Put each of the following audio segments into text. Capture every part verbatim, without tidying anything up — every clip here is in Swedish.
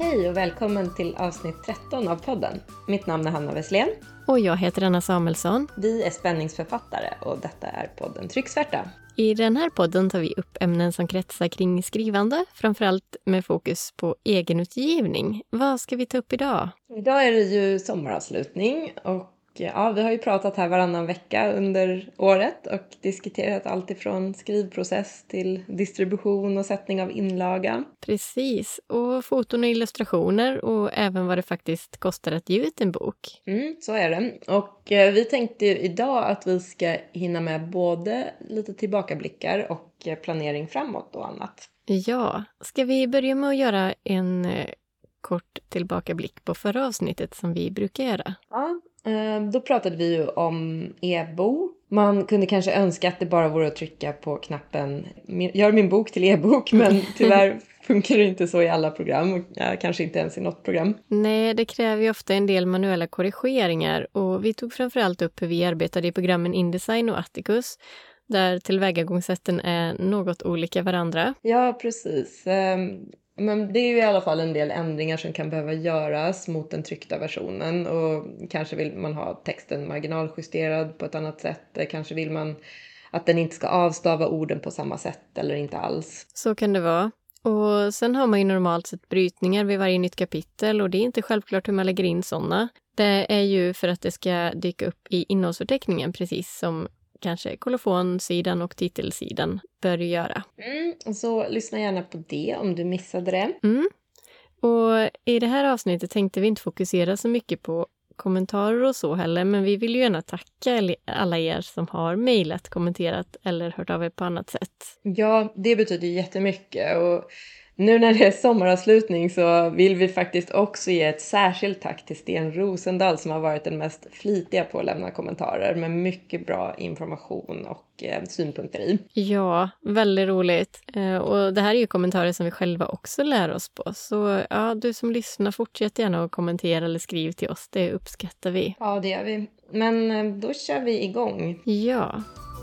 Hej och välkommen till avsnitt tretton av podden. Mitt namn är Hanna Wesslén. Och jag heter Anna Samuelsson. Vi är spänningsförfattare och detta är podden Trycksvärta. I den här podden tar vi upp ämnen som kretsar kring skrivande, framförallt med fokus på egenutgivning. Vad ska vi ta upp idag? Idag är det ju sommaravslutning och ja, vi har ju pratat här varannan vecka under året och diskuterat allt ifrån skrivprocess till distribution och sättning av inlaga. Precis, och foton och illustrationer och även vad det faktiskt kostar att ge ut en bok. Mm, så är det. Och eh, vi tänkte ju idag att vi ska hinna med både lite tillbakablickar och eh, planering framåt och annat. Ja, ska vi börja med att göra en eh, kort tillbakablick på förra avsnittet som vi brukar göra? Ja. Då pratade vi ju om e-bok. Man kunde kanske önska att det bara vore att trycka på knappen gör min bok till e-bok, men tyvärr funkar det inte så i alla program och ja, kanske inte ens i något program. Nej, det kräver ju ofta en del manuella korrigeringar och vi tog framförallt upp hur vi arbetade i programmen InDesign och Atticus där tillvägagångssätten är något olika varandra. Ja, precis. Men det är ju i alla fall en del ändringar som kan behöva göras mot den tryckta versionen och kanske vill man ha texten marginaljusterad på ett annat sätt. Kanske vill man att den inte ska avstava orden på samma sätt eller inte alls. Så kan det vara. Och sen har man ju normalt sett brytningar vid varje nytt kapitel och det är inte självklart hur man lägger in sådana. Det är ju för att det ska dyka upp i innehållsförteckningen precis som kanske kolofonsidan och titelsidan bör göra. Mm, så lyssna gärna på det om du missade det. Mm. Och i det här avsnittet tänkte vi inte fokusera så mycket på kommentarer och så heller, men vi vill ju gärna tacka alla er som har mejlat, kommenterat eller hört av er på annat sätt. Ja, det betyder jättemycket och nu när det är sommaravslutning så vill vi faktiskt också ge ett särskilt tack till Sten Rosendahl som har varit den mest flitiga på att lämna kommentarer med mycket bra information och eh, synpunkter i. Ja, väldigt roligt. Eh, och det här är ju kommentarer som vi själva också lär oss på. Så ja, du som lyssnar, fortsätt gärna att kommentera eller skriv till oss. Det uppskattar vi. Ja, det gör vi. Men eh, då kör vi igång. Ja.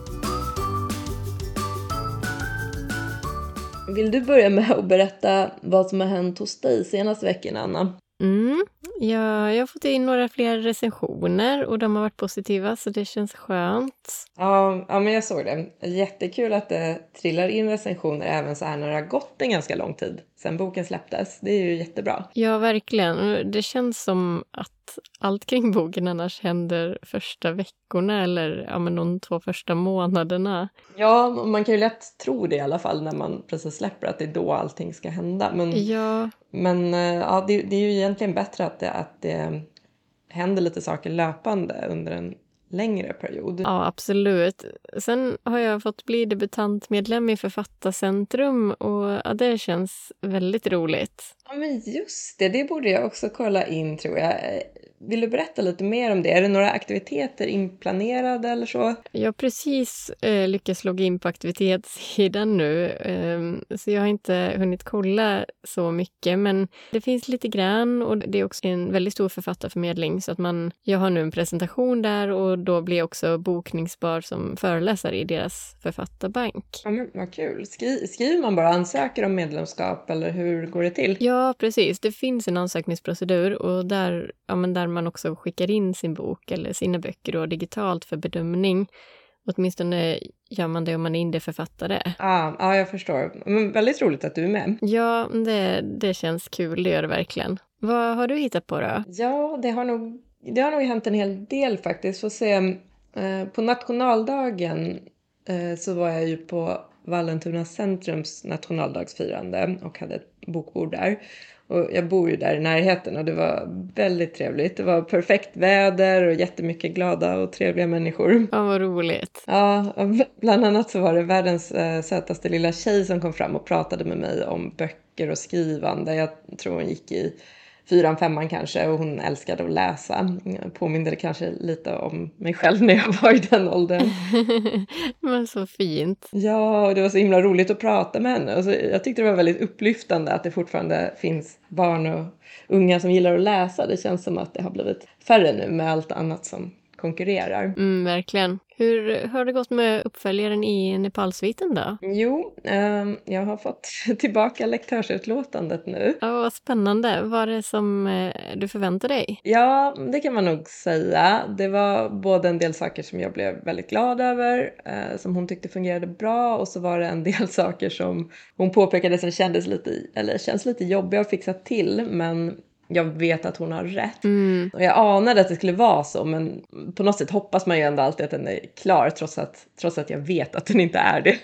Vill du börja med att berätta vad som har hänt hos dig senaste veckan, Anna? Mm, ja, jag har fått in några fler recensioner och de har varit positiva så det känns skönt. Ja, ja men jag såg det. Jättekul att det trillar in recensioner även så här när det har gått en ganska lång tid sedan boken släpptes. Det är ju jättebra. Ja, verkligen. Det känns som att allt kring boken annars händer första veckorna eller ja, men de två första månaderna. Ja, man kan ju lätt tro det i alla fall när man precis släpper att det är då allting ska hända. Men, ja. men ja, det, det är ju egentligen bättre att det, att det händer lite saker löpande under en längre period. Ja, absolut. Sen har jag fått bli debutantmedlem i Författarcentrum och ja, det känns väldigt roligt. Ja, men just det. Det borde jag också kolla in, tror jag. Vill du berätta lite mer om det? Är det några aktiviteter inplanerade eller så? Jag har precis eh, lyckats logga in på aktivitetssidan nu. Eh, så jag har inte hunnit kolla så mycket. Men det finns lite grann och det är också en väldigt stor författarförmedling. Så att man, jag har nu en presentation där och då blir jag också bokningsbar som föreläsare i deras författarbank. Ja, men vad kul. Skri- skriver man bara ansöker om medlemskap eller hur går det till? Ja, precis. Det finns en ansökningsprocedur och där, ja, men där man också skickar in sin bok eller sina böcker då, digitalt för bedömning. Åtminstone gör man det om man är indieförfattare. Ja, ja, jag förstår. Men väldigt roligt att du är med. Ja, det, det känns kul, det gör det verkligen. Vad har du hittat på då? Ja, det har nog, det har nog hänt en hel del faktiskt. Får se, eh, på nationaldagen eh, så var jag ju på Vallentuna Centrums nationaldagsfirande och hade ett bokbord där. Och jag bor ju där i närheten och det var väldigt trevligt. Det var perfekt väder och jättemycket glada och trevliga människor. Ja, vad roligt. Ja, bland annat så var det världens äh, sötaste lilla tjej som kom fram och pratade med mig om böcker och skrivande. Jag tror hon gick i fyran, femman kanske och hon älskade att läsa. Jag påminde det kanske lite om mig själv när jag var i den åldern. Men så fint. Ja, och det var så himla roligt att prata med henne. Alltså, jag tyckte det var väldigt upplyftande att det fortfarande finns barn och unga som gillar att läsa. Det känns som att det har blivit färre nu med allt annat som konkurrerar. Mm, verkligen. Hur har det gått med uppföljaren i Nepalsviten då? Jo, eh, jag har fått tillbaka lektörsutlåtandet nu. Ja, vad spännande. Vad är det som eh, du förväntar dig? Ja, det kan man nog säga. Det var både en del saker som jag blev väldigt glad över, eh, som hon tyckte fungerade bra, och så var det en del saker som hon påpekade som kändes lite, eller känns lite jobbiga att fixa till, men jag vet att hon har rätt. Mm. Och jag anade att det skulle vara så, men på något sätt hoppas man ju ändå alltid att den är klar, trots att, trots att jag vet att den inte är det.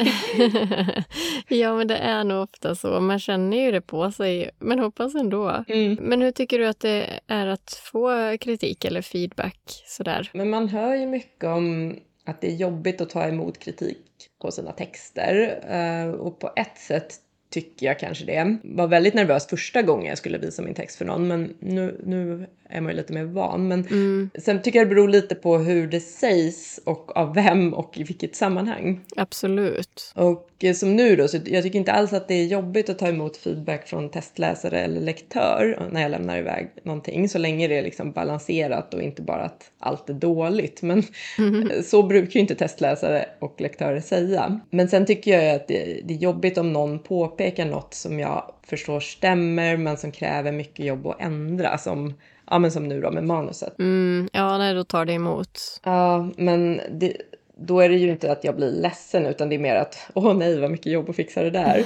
Ja, men det är nog ofta så. Man känner ju det på sig, men hoppas ändå. Mm. Men hur tycker du att det är att få kritik eller feedback sådär? Men man hör ju mycket om att det är jobbigt att ta emot kritik på sina texter. Uh, och på ett sätt tycker jag kanske det. Var väldigt nervös första gången jag skulle visa min text för någon, men nu, nu är man ju lite mer van. Men mm. sen tycker jag det beror lite på hur det sägs och av vem och i vilket sammanhang. Absolut. Och som nu då, så jag tycker inte alls att det är jobbigt att ta emot feedback från testläsare eller lektör när jag lämnar iväg någonting, så länge det är liksom balanserat och inte bara att allt är dåligt. Men mm. så brukar ju inte testläsare och lektörer säga. Men sen tycker jag att det, det är jobbigt om någon påpekar något som jag förstår stämmer men som kräver mycket jobb att ändra, som, ja, men som nu då med manuset. Mm, ja, nej, då tar det emot. Ja, men det, då är det ju inte att jag blir ledsen, utan det är mer att åh nej, vad mycket jobb att fixa det där.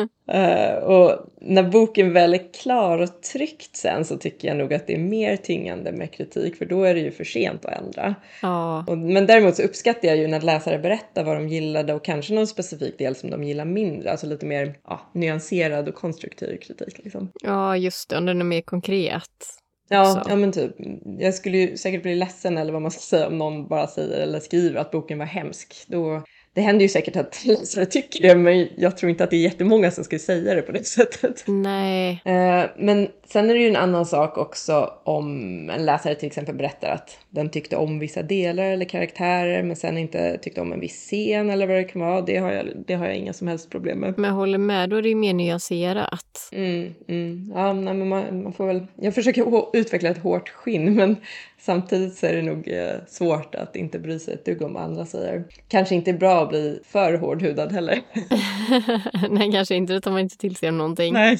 uh, och när boken väl är klar och tryckt sen, så tycker jag nog att det är mer tyngande med kritik, för då är det ju för sent att ändra. Ja. Och, men däremot så uppskattar jag ju när läsare berättar vad de gillade, och kanske någon specifik del som de gillar mindre, alltså lite mer ja, nyanserad och konstruktiv kritik liksom. Ja, just det, om den är mer konkret. Ja, ja, men typ. Jag skulle ju säkert bli ledsen, eller vad man ska säga, om någon bara säger eller skriver att boken var hemsk. Då, det händer ju säkert att läsare tycker det, men jag tror inte att det är jättemånga som skulle säga det på det sättet. Nej. Eh, men sen är det ju en annan sak också om en läsare till exempel berättar att den tyckte om vissa delar eller karaktärer, men sen inte tyckte om en viss scen eller vad det kan vara. Det har jag, det har jag inga som helst problem med. Men jag håller med, då är det ju mer nyanserat. Mm, mm. Ja, nej, men man, man får väl... Jag försöker h- utveckla ett hårt skinn, men samtidigt så är det nog eh, svårt att inte bry sig ett dugg om vad andra säger. Kanske inte är bra att bli för hårdhudad heller. Nej, kanske inte. Det tar man inte till sig om någonting. Nej.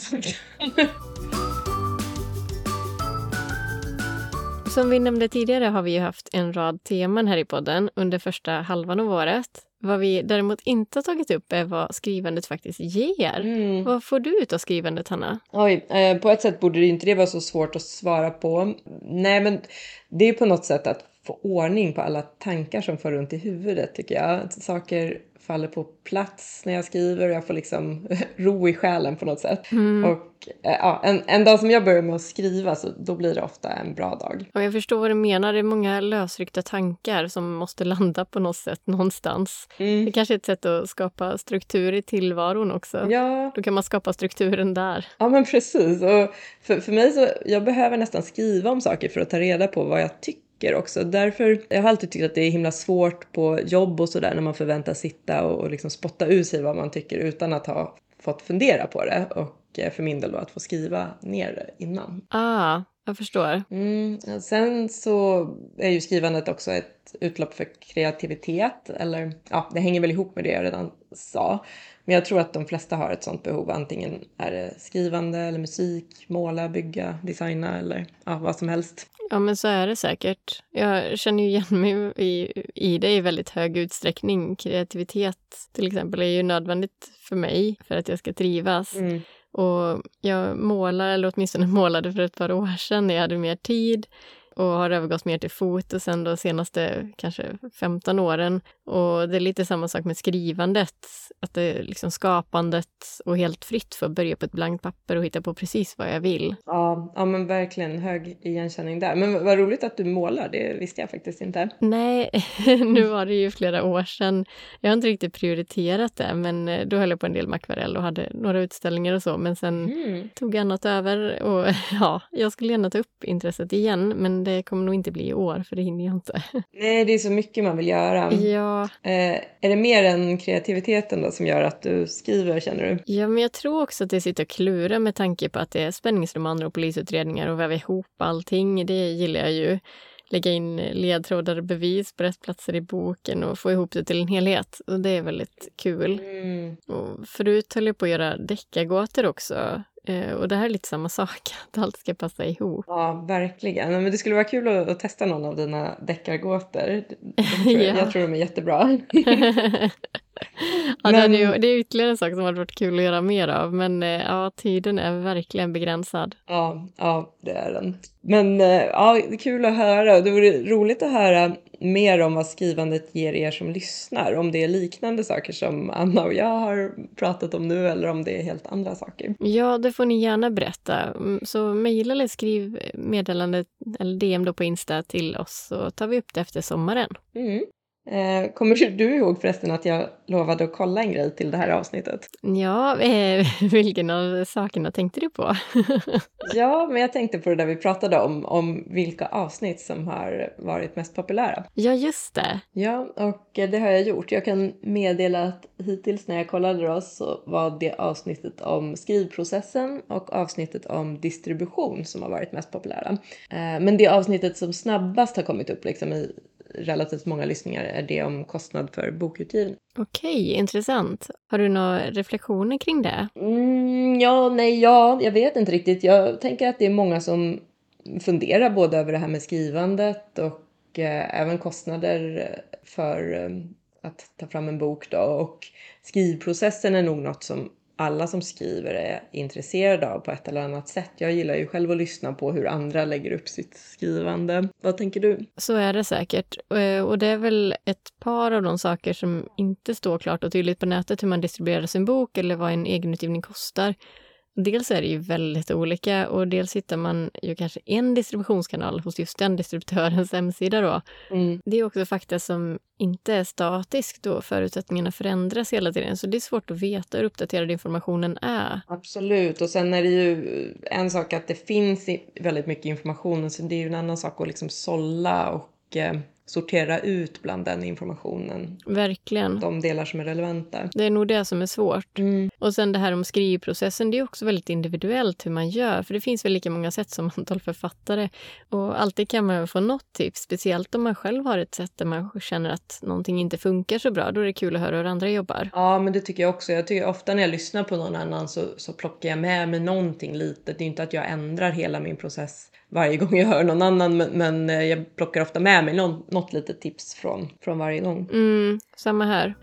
Som vi nämnde tidigare har vi ju haft en rad teman här i podden under första halvan av året. Vad vi däremot inte har tagit upp är vad skrivandet faktiskt ger. Mm. Vad får du ut av skrivandet, Hanna? Oj, eh, på ett sätt borde det inte det vara så svårt att svara på. Nej, men det är på något sätt att få ordning på alla tankar som får runt i huvudet, tycker jag. Saker faller på plats när jag skriver, och jag får liksom ro i själen på något sätt. Mm. Och eh, ja, en, en dag som jag börjar med att skriva, så då blir det ofta en bra dag. Och jag förstår vad du menar. Det är många lösryckta tankar som måste landa på något sätt någonstans. Mm. Det kanske är ett sätt att skapa struktur i tillvaron också. Ja. Då kan man skapa strukturen där. Ja, men precis. Och för, för mig så, jag behöver nästan skriva om saker för att ta reda på vad jag tycker också. Därför, jag har alltid tyckt att det är himla svårt på jobb och sådär, när man förväntas sitta och, och liksom spotta ur sig vad man tycker utan att ha fått fundera på det. Och för min del då att få skriva ner det innan. Ah, jag förstår. Mm, sen så är ju skrivandet också ett utlopp för kreativitet. Eller ja, det hänger väl ihop med det jag redan sa. Men jag tror att de flesta har ett sånt behov. Antingen är det skrivande eller musik, måla, bygga, designa eller ja, vad som helst. Ja, men så är det säkert. Jag känner ju igen mig i, i det i väldigt hög utsträckning. Kreativitet till exempel är ju nödvändigt för mig för att jag ska trivas. Mm. Och jag målar, eller åtminstone målade för ett par år sedan när jag hade mer tid. Och har övergått mer till foto sen de senaste kanske femton åren. Och det är lite samma sak med skrivandet. Att det är liksom skapandet och helt fritt för att börja på ett blankt papper och hitta på precis vad jag vill. Ja, ja men verkligen hög igenkänning där. Men vad roligt att du målar, det visste jag faktiskt inte. Nej, nu var det ju flera år sedan. Jag har inte riktigt prioriterat det, men då höll jag på en del med akvarell och hade några utställningar och så. Men sen mm. tog annat över och ja, jag skulle gärna ta upp intresset igen, men det kommer nog inte bli i år, för det hinner jag inte. Nej, det är så mycket man vill göra. Ja. Eh, är det mer än kreativiteten då som gör att du skriver, känner du? Ja, men jag tror också att det sitter och klura med tanke på att det är spänningsromaner och polisutredningar och väva ihop allting. Det gillar jag ju. lägga in ledtrådar och bevis på rätt platser i boken och få ihop det till en helhet. Och det är väldigt kul. Mm. Och förut höll jag på att göra deckargåtor också. Eh, och det här är lite samma sak, att allt ska passa ihop. Ja, verkligen. Men det skulle vara kul att, att testa någon av dina deckargåtor. De tror jag, Ja. jag tror de är jättebra. Ja, Men- det, är ju, det är ytterligare en sak som hade varit kul att göra mer av. Men eh, ja, tiden är verkligen begränsad. Ja, ja, det är den. Men eh, ja, det är kul att höra. Det vore roligt att höra mer om vad skrivandet ger er som lyssnar. Om det är liknande saker som Anna och jag har pratat om nu eller om det är helt andra saker. Ja, det får ni gärna berätta. Mm, Så mejla eller skriv meddelande eller D M då på Insta till oss, så tar vi upp det efter sommaren. Mm. Eh, kommer du ihåg förresten att jag lovade att kolla en grej till det här avsnittet? Ja, eh, vilken av sakerna tänkte du på? Ja, men jag tänkte på det där vi pratade om, om vilka avsnitt som har varit mest populära. Ja, just det. Ja, och eh, det har jag gjort. Jag kan meddela att hittills när jag kollade då så var det avsnittet om skrivprocessen och avsnittet om distribution som har varit mest populära. Eh, men det avsnittet som snabbast har kommit upp liksom i relativt många lyssningar är det om kostnad för bokutgivning. Okej, intressant. Har du några reflektioner kring det? Mm, ja, nej, ja, jag vet inte riktigt. Jag tänker att det är många som funderar både över det här med skrivandet och eh, även kostnader för eh, att ta fram en bok då. Och skrivprocessen är nog något som alla som skriver är intresserade av på ett eller annat sätt. Jag gillar ju själv att lyssna på hur andra lägger upp sitt skrivande. Vad tänker du? Så är det säkert. Eh, Och det är väl ett par av de saker som inte står klart och tydligt på nätet, hur man distribuerar sin bok eller vad en egenutgivning kostar. Dels är det ju väldigt olika och dels hittar man ju kanske en distributionskanal hos just den distributörens hemsida då. Mm. Det är också fakta som inte är statisk då, förutsättningarna förändras hela tiden, så det är svårt att veta hur uppdaterad informationen är. Absolut, och sen är det ju en sak att det finns i- väldigt mycket information, så det är ju en annan sak att liksom sålla och eh, sortera ut bland den informationen, Verkligen. de delar som är relevanta. Det är nog det som är svårt. Mm. Och sen det här om skrivprocessen, det är också väldigt individuellt hur man gör. För det finns väl lika många sätt som antal författare. Och alltid kan man få något tips, speciellt om man själv har ett sätt där man känner att någonting inte funkar så bra. Då är det kul att höra hur andra jobbar. Ja, men det tycker jag också. Jag tycker ofta när jag lyssnar på någon annan så, så plockar jag med mig någonting litet. Det är inte att jag ändrar hela min process varje gång jag hör någon annan, men, men eh, jag plockar ofta med mig någon, något litet tips från, från varje gång. Mm, samma här.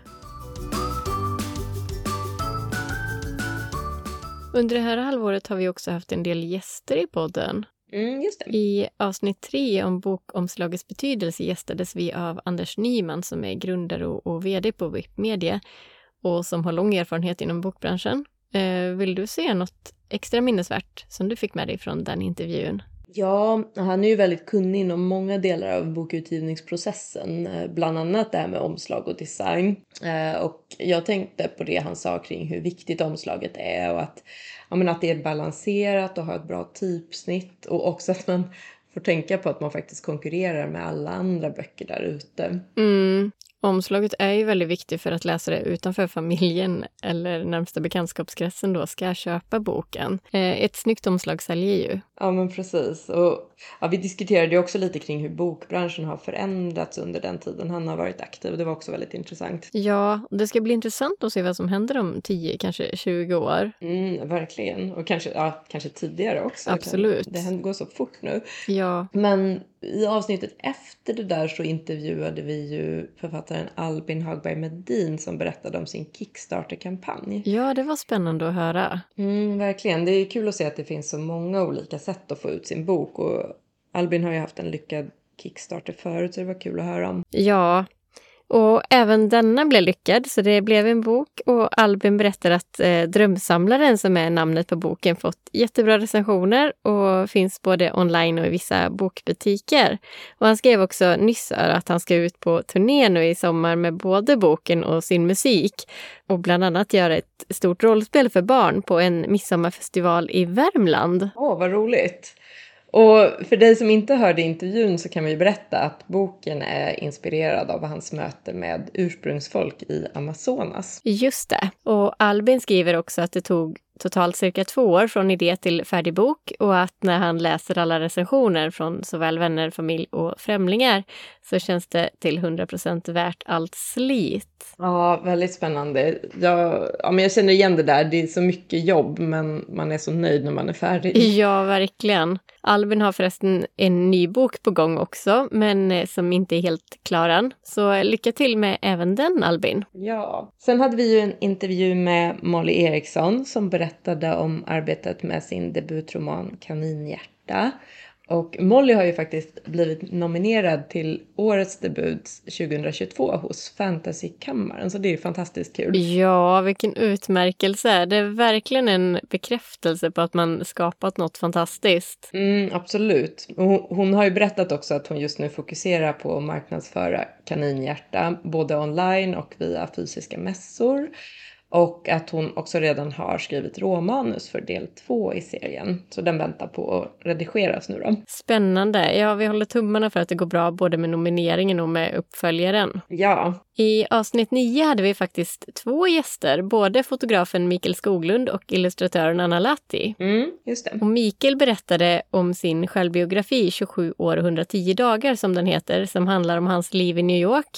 Under det här halvåret har vi också haft en del gäster i podden. Mm, just det. I avsnitt tre om bokomslagets betydelse gästades vi av Anders Nyman som är grundare och, och vd på V I P Media och som har lång erfarenhet inom bokbranschen. Eh, vill du säga något extra minnesvärt som du fick med dig från den intervjun? Ja, han är ju väldigt kunnig inom många delar av bokutgivningsprocessen. eh, Bland annat det här med omslag och design. Eh, Och jag tänkte på det han sa kring hur viktigt omslaget är och att, ja, men att det är balanserat och har ett bra typsnitt. Och också att man får tänka på att man faktiskt konkurrerar med alla andra böcker där ute. Mm. Omslaget är ju väldigt viktigt för att läsare utanför familjen eller närmsta bekantskapskretsen då ska köpa boken. Eh, ett snyggt omslag säljer ju. Ja, men precis. Och ja, vi diskuterade ju också lite kring hur bokbranschen har förändrats under den tiden han har varit aktiv. Det var också väldigt intressant. Ja, det ska bli intressant att se vad som händer om tio, kanske tjugo år. Mm, verkligen. Och kanske, ja, kanske tidigare också. Absolut. Det händer- går så fort nu. Ja, Men i avsnittet efter det där så intervjuade vi ju författaren Albin Hagberg Medin som berättade om sin Kickstarter-kampanj. ja, det var spännande att höra. Mm, verkligen. Det är kul att se att det finns så många olika sätt att få ut sin bok. Och Albin har ju haft en lyckad Kickstarter förut, så det var kul att höra om. Ja, och även denna blev lyckad så det blev en bok och Albin berättar att eh, Drömsamlaren som är namnet på boken fått jättebra recensioner och finns både online och i vissa bokbutiker. Och han skrev också nyss att han ska ut på turné nu i sommar med både boken och sin musik och bland annat göra ett stort rollspel för barn på en midsommarfestival i Värmland. Åh, vad roligt! Och för dig som inte hörde intervjun så kan vi berätta att boken är inspirerad av hans möte med ursprungsfolk i Amazonas. Just det. Och Albin skriver också att det tog totalt cirka två år från idé till färdig bok och att när han läser alla recensioner från såväl vänner, familj och främlingar så känns det till hundra procent värt allt slit. Ja, väldigt spännande. Jag, ja, men jag känner igen det där. Det är så mycket jobb men man är så nöjd när man är färdig. Ja, verkligen. Albin har förresten en ny bok på gång också, men som inte är helt klar än. Så lycka till med även den, Albin. Ja. Sen hade vi ju en intervju med Molly Eriksson som berättade om arbetet med sin debutroman Kaninhjärta. Och Molly har ju faktiskt blivit nominerad till årets debut tjugohundratjugotvå hos Fantasykammaren, så det är ju fantastiskt kul. Ja, vilken utmärkelse. Det är verkligen en bekräftelse på att man skapat något fantastiskt. Mm, absolut. Och hon, hon har ju berättat också att hon just nu fokuserar på att marknadsföra Kaninhjärta, både online och via fysiska mässor. Och att hon också redan har skrivit råmanus för del två i serien. Så den väntar på att redigeras nu då. Spännande. Ja, vi håller tummarna för att det går bra både med nomineringen och med uppföljaren. Ja. I avsnitt nio hade vi faktiskt två gäster. Både fotografen Mikael Skoglund och illustratören Anna Latti. Mm, just det. Och Mikael berättade om sin självbiografi tjugosju år och hundratio dagar som den heter. Som handlar om hans liv i New York.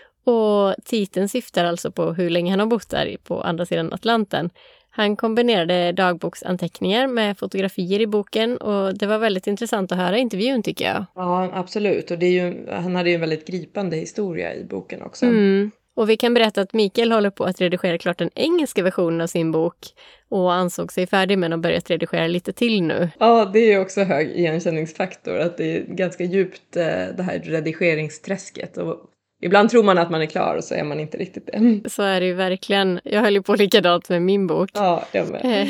Och titeln syftar alltså på hur länge han har bott där på andra sidan Atlanten. Han kombinerade dagboksanteckningar med fotografier i boken och det var väldigt intressant att höra intervjun tycker jag. Ja, absolut. Och det är ju, han hade ju en väldigt gripande historia i boken också. Mm. Och vi kan berätta att Mikael håller på att redigera klart den engelska versionen av sin bok och ansåg sig färdig med att börjat redigera lite till nu. Ja, det är ju också hög igenkänningsfaktor att det är ganska djupt det här redigeringsträsket och ibland tror man att man är klar och så är man inte riktigt det. Så är det ju verkligen. Jag höll ju på likadant med min bok. Ja, jag med.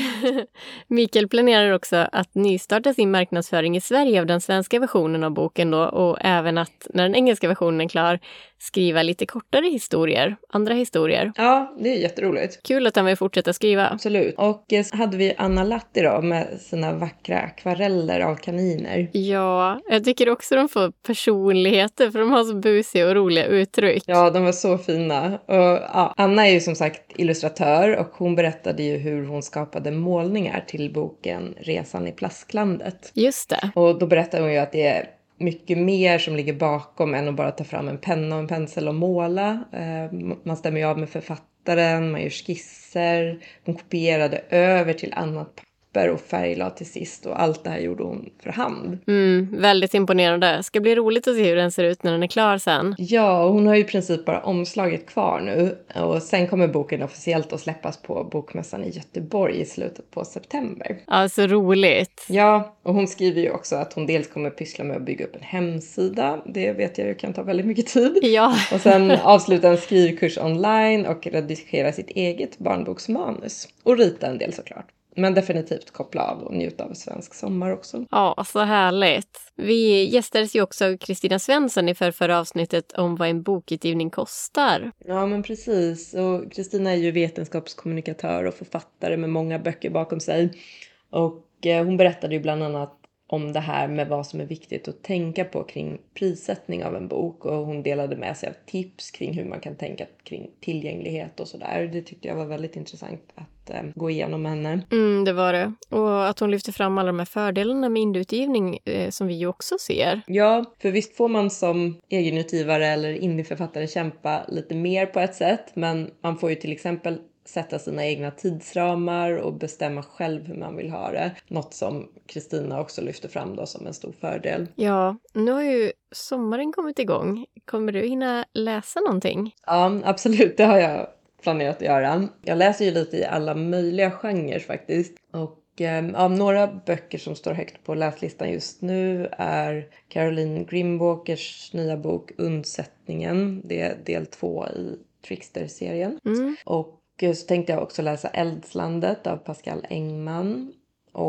Mikael planerar också att nystarta sin marknadsföring i Sverige av den svenska versionen av boken då. Och även att när den engelska versionen är klar skriva lite kortare historier. Andra historier. Ja, det är jätteroligt. Kul att han vill fortsätta skriva. Absolut. Och så hade vi Anna Latti då med sina vackra akvareller av kaniner. Ja, jag tycker också de får personligheter för de har så busiga och roliga uttryck. Ja, de var så fina. Och, ja, Anna är ju som sagt illustratör och hon berättade ju hur hon skapade målningar till boken Resan i Plasklandet. Just det. Och då berättade hon ju att det är mycket mer som ligger bakom än att bara ta fram en penna och en pensel och måla. Man stämmer ju av med författaren, man gör skisser. Hon kopierade över till annat papper och färglade till sist. Och allt det här gjorde hon för hand. Mm, väldigt imponerande. Ska bli roligt att se hur den ser ut när den är klar sen. Ja, och hon har ju i princip bara omslaget kvar nu. Och sen kommer boken officiellt att släppas på Bokmässan i Göteborg i slutet på september. Ja, så roligt. Ja, och hon skriver ju också att hon dels kommer pyssla med att bygga upp en hemsida. Det vet jag ju kan ta väldigt mycket tid. Ja. Och sen avsluta en skrivkurs online och redigera sitt eget barnboksmanus. Och rita en del såklart. Men definitivt koppla av och njuta av svensk sommar också. Ja, så härligt. Vi gästades ju också av Kristina Svensson i förra avsnittet om vad en bokutgivning kostar. Ja, men precis. Och Kristina är ju vetenskapskommunikatör och författare med många böcker bakom sig. Och eh, hon berättade ju bland annat om det här med vad som är viktigt att tänka på kring prissättning av en bok. Och hon delade med sig av tips kring hur man kan tänka kring tillgänglighet och sådär. Det tyckte jag var väldigt intressant att eh, gå igenom henne. Mm, det var det. Och att hon lyfter fram alla de här fördelarna med indieutgivning eh, som vi ju också ser. Ja, för visst får man som egenutgivare eller indieförfattare kämpa lite mer på ett sätt. Men man får ju till exempel sätta sina egna tidsramar och bestämma själv hur man vill ha det. Något som Kristina också lyfter fram då som en stor fördel. Ja, nu har ju sommaren kommit igång. Kommer du hinna läsa någonting? Ja, absolut. Det har jag planerat att göra. Jag läser ju lite i alla möjliga genrer faktiskt. Och eh, ja, några böcker som står högt på läslistan just nu är Caroline Grimwalkers nya bok Undsättningen. Det är del två i Trickster-serien. Mm. Och så tänkte jag också läsa Eldslandet av Pascal Engman. Och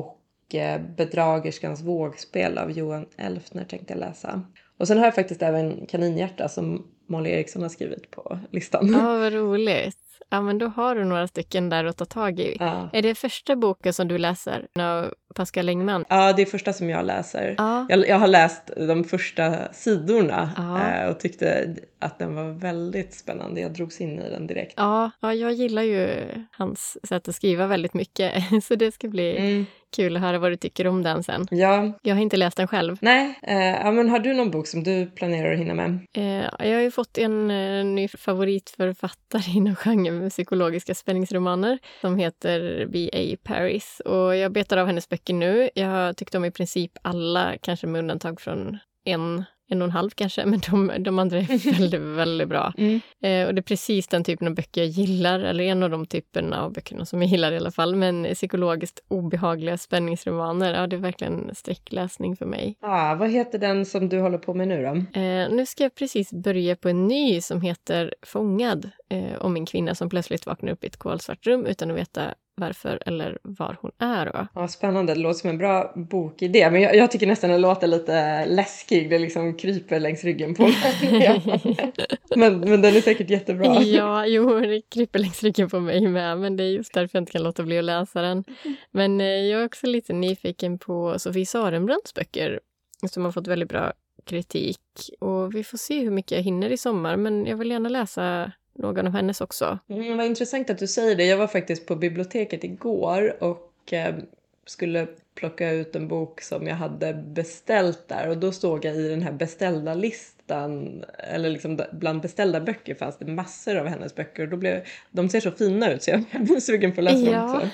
Bedragerskans vågspel av Johan Elfner tänkte jag läsa. Och sen har jag faktiskt även Kaninhjärta som Molly Eriksson har skrivit på listan. Ja, vad roligt. Ja, men då har du några stycken där att ta tag i. Ja. Är det första boken som du läser av Pascal Engman? Ja, det är första som jag läser. Ja. Jag, jag har läst de första sidorna Ja. eh, och tyckte att den var väldigt spännande. Jag drogs in i den direkt. Ja, ja, jag gillar ju hans sätt att skriva väldigt mycket. Så det ska bli Mm. kul att höra vad du tycker om den sen. Ja, Jag har inte läst den själv. nej. Eh, ja, men har du någon bok som du planerar att hinna med? Eh, jag har ju fått en eh, ny favoritförfattare inom genren med psykologiska spänningsromaner som heter B A Paris. Och jag betar av hennes böcker nu. Jag har tyckt om i princip alla, kanske med undantag från en, en och en halv kanske, men de, de andra är väldigt, väldigt bra. Mm. Eh, och det är precis den typen av böcker jag gillar, eller en av de typerna av böckerna som jag gillar i alla fall. Men psykologiskt obehagliga spänningsromaner, ja, det är verkligen sträckläsning för mig. Ah, vad heter den som du håller på med nu då? Eh, nu ska jag precis börja på en ny som heter Fångad, eh, om en kvinna som plötsligt vaknar upp i ett kolsvart rum utan att veta varför eller var hon är. Då. Ja, spännande. Det låter som en bra bokidé. Men jag, jag tycker nästan den låter lite läskig. Det liksom kryper längs ryggen på mig. men, men den är säkert jättebra. Ja, jo, det kryper längs ryggen på mig med. Men det är just därför jag inte kan låta bli att läsa den. Men eh, jag är också lite nyfiken på Sofie Sarenbrants böcker som har fått väldigt bra kritik. Och vi får se hur mycket jag hinner i sommar. Men jag vill gärna läsa någon av hennes också. Mm, vad intressant att du säger det. Jag var faktiskt på biblioteket igår och eh, skulle plocka ut en bok som jag hade beställt där. Och då stod jag i den här beställda listan, eller liksom bland beställda böcker fanns det massor av hennes böcker. Och då blev, de ser så fina ut så jag blev sugen på att läsa Ja. dem också.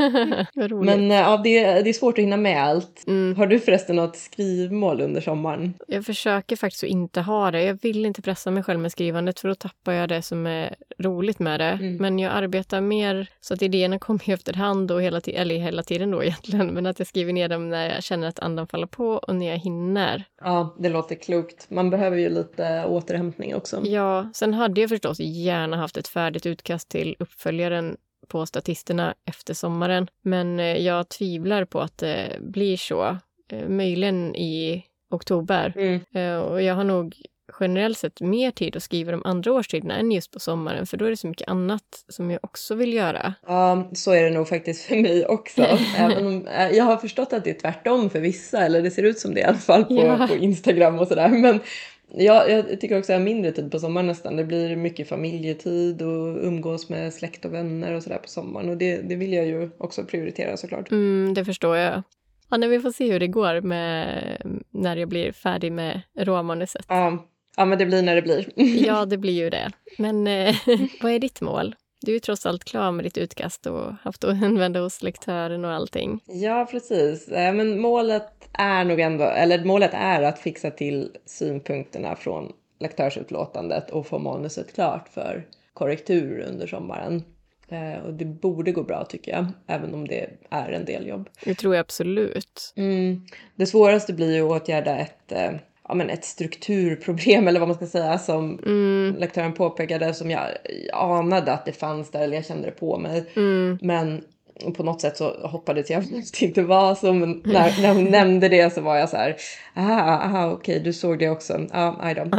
Vad roligt. Men ja, det, det är svårt att hinna med allt. Mm. Har du förresten något skrivmål under sommaren? Jag försöker faktiskt att inte ha det. Jag vill inte pressa mig själv med skrivandet för då tappar jag det som är roligt med det. Mm. Men jag arbetar mer så att idéerna kommer ju efterhand och hela, t- eller hela tiden då egentligen. Men att jag skriver ner dem när jag känner att andan faller på och när jag hinner. Ja, det låter klokt. Man behöver ju lite återhämtning också. Ja, sen hade jag förstås gärna haft ett färdigt utkast till uppföljaren på Statisterna efter sommaren. Men eh, jag tvivlar på att det blir så. Eh, möjligen i oktober. Mm. Eh, och jag har nog generellt sett mer tid att skriva de andra årstiderna än just på sommaren. För då är det så mycket annat som jag också vill göra. Ja, så är det nog faktiskt för mig också. Även om, eh, jag har förstått att det är tvärtom för vissa. Eller det ser ut som det i alla fall på, Ja. på Instagram och sådär. Men ja, jag tycker också att jag har mindre tid på sommaren nästan. Det blir mycket familjetid och umgås med släkt och vänner och sådär på sommaren. Och det, det vill jag ju också prioritera såklart. Mm, det förstår jag. Ja, när vi får se hur det går med när jag blir färdig med råmanuset. Ja, ja, men det blir när det blir. Ja, det blir ju det. Men eh, vad är ditt mål? Du är ju trots allt klar med ditt utkast och haft att använda hos lektören och allting. Ja, precis. Eh, Men målet är nog ändå, eller målet är att fixa till synpunkterna från lektörsutlåtandet och få manuset klart för korrektur under sommaren. Eh, Och det borde gå bra tycker jag, även om det är en del jobb. Det tror jag absolut. Mm. Det svåraste blir ju att åtgärda ett, eh, ja, men ett strukturproblem eller vad man ska säga som Mm, lektören påpekade, som jag anade att det fanns där eller jag kände det på mig. mm. Men på något sätt så hoppades jag att det inte var så. Men när, när hon nämnde det så var jag så här, aha, aha okej, du såg det också. Ja, aj då.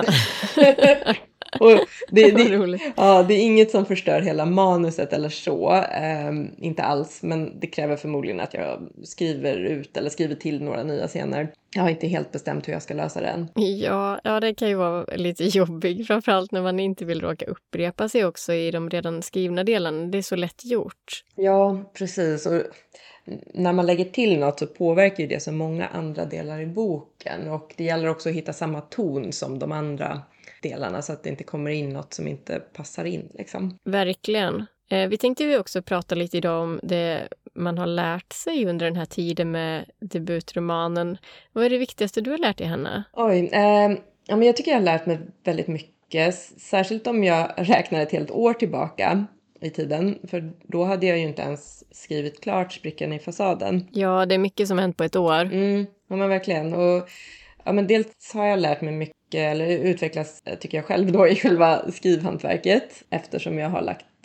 Och det, Vad det, roligt. ja, det är inget som förstör hela manuset eller så. Ehm, inte alls, men det kräver förmodligen att jag skriver ut eller skriver till några nya scener. Jag har inte helt bestämt hur jag ska lösa det än. Ja, ja, det kan ju vara lite jobbigt, framförallt när man inte vill råka upprepa sig också i de redan skrivna delarna. Det är så lätt gjort. Ja, precis. Och när man lägger till något så påverkar ju det så många andra delar i boken. Och det gäller också att hitta samma ton som de andra delarna så att det inte kommer in något som inte passar in liksom. Verkligen. Eh, vi tänkte ju också prata lite idag om det man har lärt sig under den här tiden med debutromanen. Vad är det viktigaste du har lärt dig, Hanna? Oj, eh, ja, men jag tycker jag har lärt mig väldigt mycket. Särskilt om jag räknar ett helt år tillbaka i tiden. För då hade jag ju inte ens skrivit klart Sprickan i fasaden. Ja, det är mycket som har hänt på ett år. Mm, ja men verkligen. Och ja, men dels har jag lärt mig mycket, eller utvecklas tycker jag själv då i själva skrivhantverket. Eftersom jag har lagt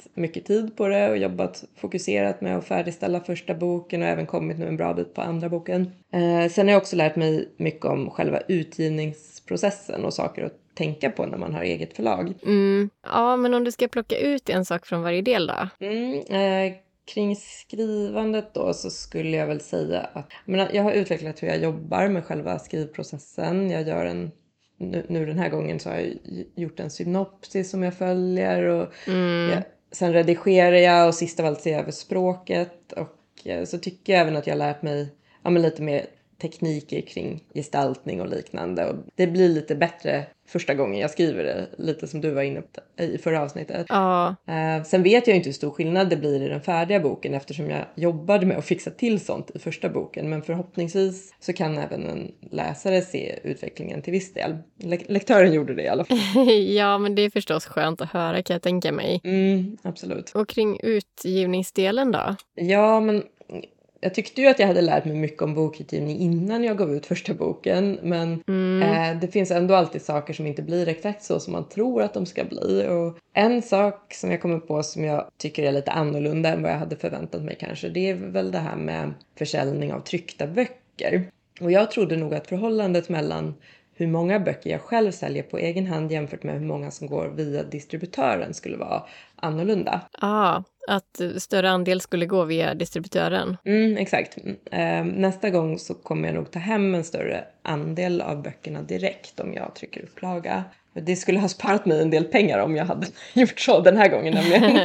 lagt mycket tid på det och jobbat fokuserat med att färdigställa första boken och även kommit nu en bra bit på andra boken. Eh, sen har jag också lärt mig mycket om själva utgivningsprocessen och saker att tänka på när man har eget förlag. Mm. Ja, men om du ska plocka ut en sak från varje del då? Mm, eh, kring skrivandet då så skulle jag väl säga att men jag har utvecklat hur jag jobbar med själva skrivprocessen. Jag gör en, nu, nu den här gången så har jag gjort en synopsis som jag följer och Mm. jag, sen redigerar jag och sist av allt ser jag över språket och eh, så tycker jag även att jag har lärt mig ja, men lite mer tekniker kring gestaltning och liknande och det blir lite bättre första gången jag skriver det, lite som du var inne på i förra avsnittet. Ja. Eh, sen vet jag inte hur stor skillnad det blir i den färdiga boken eftersom jag jobbade med att fixa till sånt i första boken. Men förhoppningsvis så kan även en läsare se utvecklingen till viss del. Le- lektören gjorde det i alla fall. Ja, men det är förstås skönt att höra kan jag tänka mig. Mm, absolut. Och kring utgivningsdelen då? Ja, men jag tyckte ju att jag hade lärt mig mycket om bokutgivning innan jag gav ut första boken. Men Mm. eh, det finns ändå alltid saker som inte blir exakt så som man tror att de ska bli. Och en sak som jag kommer på som jag tycker är lite annorlunda än vad jag hade förväntat mig kanske. Det är väl det här med försäljning av tryckta böcker. Och jag trodde nog att förhållandet mellan hur många böcker jag själv säljer på egen hand jämfört med hur många som går via distributören skulle vara annorlunda. Ja, att större andel skulle gå via distributören. Mm, exakt. Mm. Nästa gång så kommer jag nog ta hem en större andel av böckerna direkt om jag trycker upplaga. Det skulle ha sparat mig en del pengar om jag hade gjort så den här gången.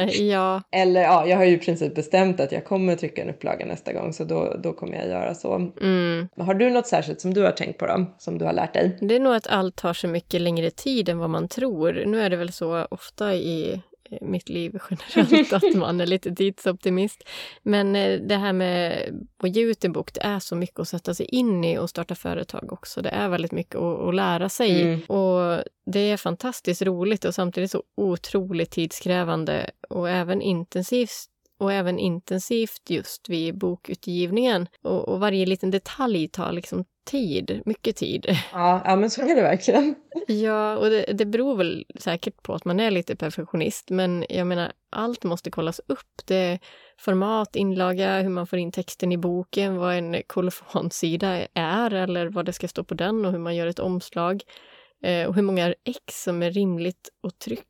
Ja. Eller ja, jag har ju i princip bestämt att jag kommer trycka en upplaga nästa gång så då, då kommer jag göra så. Mm. Har du något särskilt som du har tänkt på då? Som du har lärt dig? Det är nog att allt tar så mycket längre tid än vad man tror. Nu är det väl så ofta i mitt liv generellt att man är lite tidsoptimist. Men det här med att ge ut en bok, det är så mycket att sätta sig in i och starta företag också. Det är väldigt mycket att, att lära sig. Mm. Och det är fantastiskt roligt och samtidigt så otroligt tidskrävande och även intensivt. Och även intensivt just vid bokutgivningen. Och, och varje liten detalj tar liksom tid, mycket tid. Ja, ja men så är det verkligen. Ja, och det, det beror väl säkert på att man är lite perfektionist. Men jag menar, allt måste kollas upp. Det är format, inlaga, hur man får in texten i boken, vad en kolofonsida är eller vad det ska stå på den och hur man gör ett omslag. Eh, och hur många ex som är rimligt att trycka.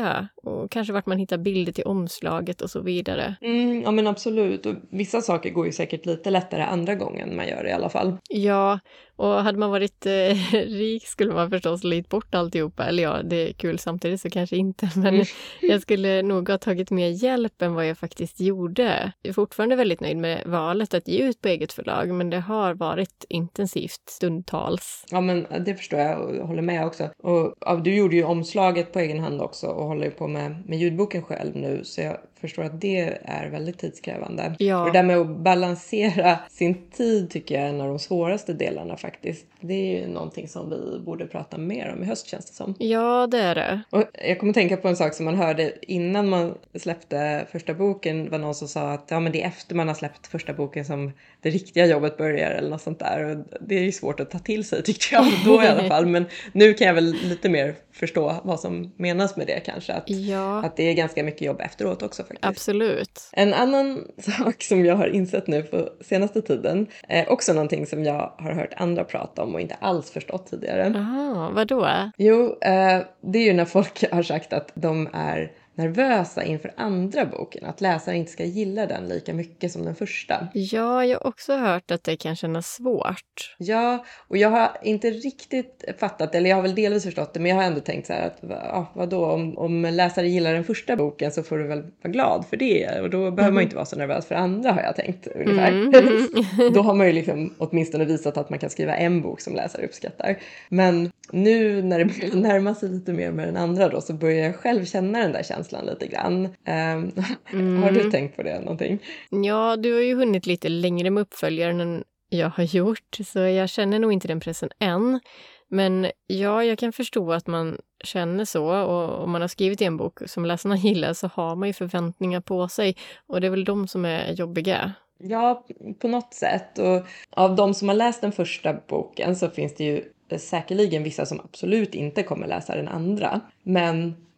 Och kanske vart man hittar bilder till omslaget och så vidare. Mm, ja men absolut. Och vissa saker går ju säkert lite lättare andra gången man gör det i alla fall. Ja, och hade man varit eh, rik skulle man förstås lite bort alltihopa. Eller ja, det är kul samtidigt så kanske inte. Men mm. jag skulle nog ha tagit mer hjälp än vad jag faktiskt gjorde. Jag är fortfarande väldigt nöjd med valet att ge ut på eget förlag. Men det har varit intensivt stundtals. Ja men det förstår jag och håller med också. Och ja, du gjorde ju omslaget på egen hand också och håller ju på med, med ljudboken själv nu. Så jag förstår att det är väldigt tidskrävande. Ja. Och det där med att balansera sin tid tycker jag är en av de svåraste delarna faktiskt. Det är ju någonting som vi borde prata mer om i höst känns det som. Ja, det är det. Och jag kommer tänka på en sak som man hörde innan man släppte första boken. Var någon som sa att ja, men det är efter man har släppt första boken som det riktiga jobbet börjar eller något sånt där. Och det är ju svårt att ta till sig tyckte jag då i alla fall. Men nu kan jag väl lite mer förstå vad som menas med det kanske. Att, ja. att det är ganska mycket jobb efteråt också faktiskt. Absolut. En annan sak som jag har insett nu på senaste tiden är också någonting som jag har hört andra prata om och inte alls förstått tidigare. Aha, vadå? Jo, eh, det är ju när folk har sagt att de är nervösa inför andra boken. Att läsaren inte ska gilla den lika mycket som den första. Ja, jag har också hört att det kan kännas svårt. Ja, och jag har inte riktigt fattat, eller jag har väl delvis förstått det, men jag har ändå tänkt så här att ja, vadå, om, om läsare gillar den första boken så får du väl vara glad för det. Och då behöver mm. man inte vara så nervös för andra har jag tänkt ungefär. Mm. Då har man ju liksom åtminstone visat att man kan skriva en bok som läsare uppskattar. Men nu när det börjar närma sig lite mer med den andra då så börjar jag själv känna den där känslan lite grann. Um, mm. Har du tänkt på det någonting? Ja, du har ju hunnit lite längre med uppföljaren än jag har gjort. Så jag känner nog inte den pressen än. Men ja, jag kan förstå att man känner så. Och om man har skrivit en bok som läsarna gillar så har man ju förväntningar på sig. Och det är väl de som är jobbiga. Ja, på något sätt. Och av de som har läst den första boken så finns det ju säkerligen vissa som absolut inte kommer läsa den andra. Men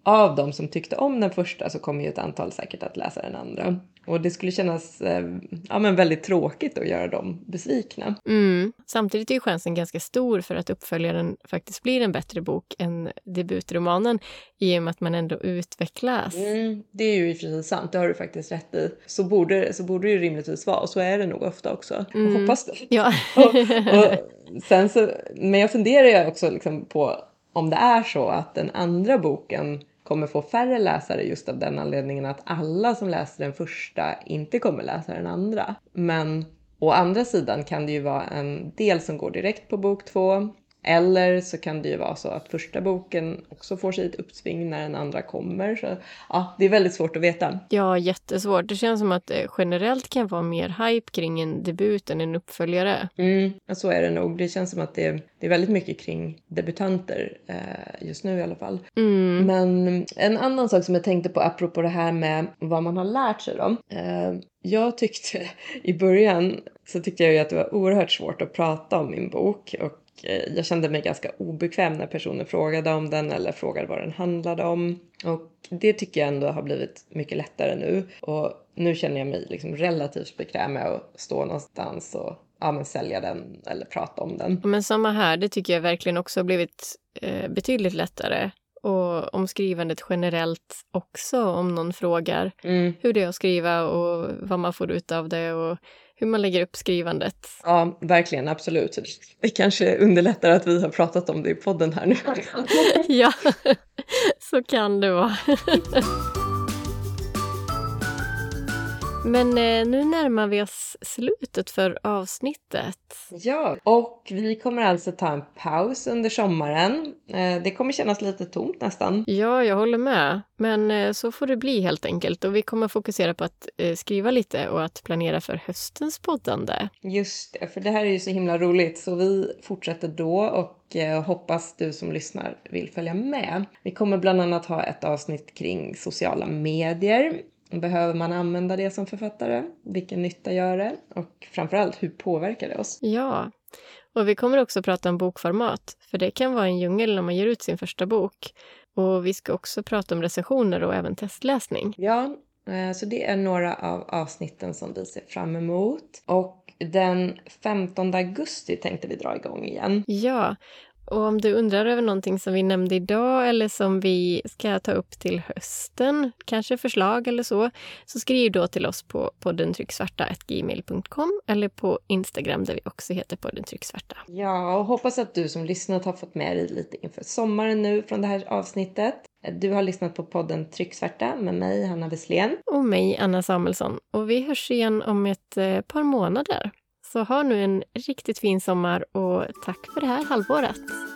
av dem som tyckte om den första så kommer ju ett antal säkert att läsa den andra. Och det skulle kännas eh, ja, men väldigt tråkigt att göra dem besvikna. Mm. Samtidigt är ju chansen ganska stor för att uppföljaren faktiskt blir en bättre bok än debutromanen i och med att man ändå utvecklas. Mm, det är ju i och för sig sant, det har du faktiskt rätt i. Så borde, så borde det ju rimligtvis vara, och så är det nog ofta också. Mm. Och hoppas det. Ja. och, och sen så, men jag funderar ju också liksom på om det är så att den andra boken kommer få färre läsare just av den anledningen att alla som läser den första inte kommer läsa den andra. Men å andra sidan kan det ju vara en del som går direkt på bok två. Eller så kan det ju vara så att första boken också får sig ett uppsving när den andra kommer. Så ja, det är väldigt svårt att veta. Ja, jättesvårt. Det känns som att det generellt kan vara mer hype kring en debut än en uppföljare. Mm, så är det nog. Det känns som att det är, det är väldigt mycket kring debutanter eh, just nu i alla fall. Mm. Men en annan sak som jag tänkte på apropå det här med vad man har lärt sig då. Eh, jag tyckte i början så tyckte jag ju att det var oerhört svårt att prata om min bok. Och jag kände mig ganska obekväm när personer frågade om den eller frågade vad den handlade om. Och det tycker jag ändå har blivit mycket lättare nu. Och nu känner jag mig liksom relativt bekväm med att stå någonstans och ja, men sälja den eller prata om den. Men samma här, det tycker jag verkligen också har blivit eh, betydligt lättare. Och om skrivandet generellt också, om någon frågar mm. hur det är att skriva och vad man får ut av det och hur man lägger upp skrivandet. Ja, verkligen, absolut. Det kanske underlättar att vi har pratat om det i podden här nu. Ja, så kan det vara. Men eh, nu närmar vi oss slutet för avsnittet. Ja, och vi kommer alltså ta en paus under sommaren. Eh, det kommer kännas lite tomt nästan. Ja, jag håller med. Men eh, så får det bli helt enkelt. Och vi kommer fokusera på att eh, skriva lite och att planera för höstens poddande. Just det, för det här är ju så himla roligt. Så vi fortsätter då och eh, hoppas du som lyssnar vill följa med. Vi kommer bland annat ha ett avsnitt kring sociala medier. Behöver man använda det som författare? Vilken nytta gör det? Och framförallt, hur påverkar det oss? Ja, och vi kommer också prata om bokformat. För det kan vara en djungel när man ger ut sin första bok. Och vi ska också prata om recensioner och även testläsning. Ja, så det är några av avsnitten som vi ser fram emot. Och den femtonde augusti tänkte vi dra igång igen. Ja, och om du undrar över någonting som vi nämnde idag eller som vi ska ta upp till hösten, kanske förslag eller så, så skriv då till oss på podden trycksvarta at gmail punkt com eller på Instagram där vi också heter podden trycksvarta. Ja, och hoppas att du som lyssnat har fått med dig lite inför sommaren nu från det här avsnittet. Du har lyssnat på podden Trycksvarta med mig, Hanna Wesslén. Och mig, Anna Samuelsson. Och vi hörs igen om ett eh, par månader. Så ha nu en riktigt fin sommar och tack för det här halvåret.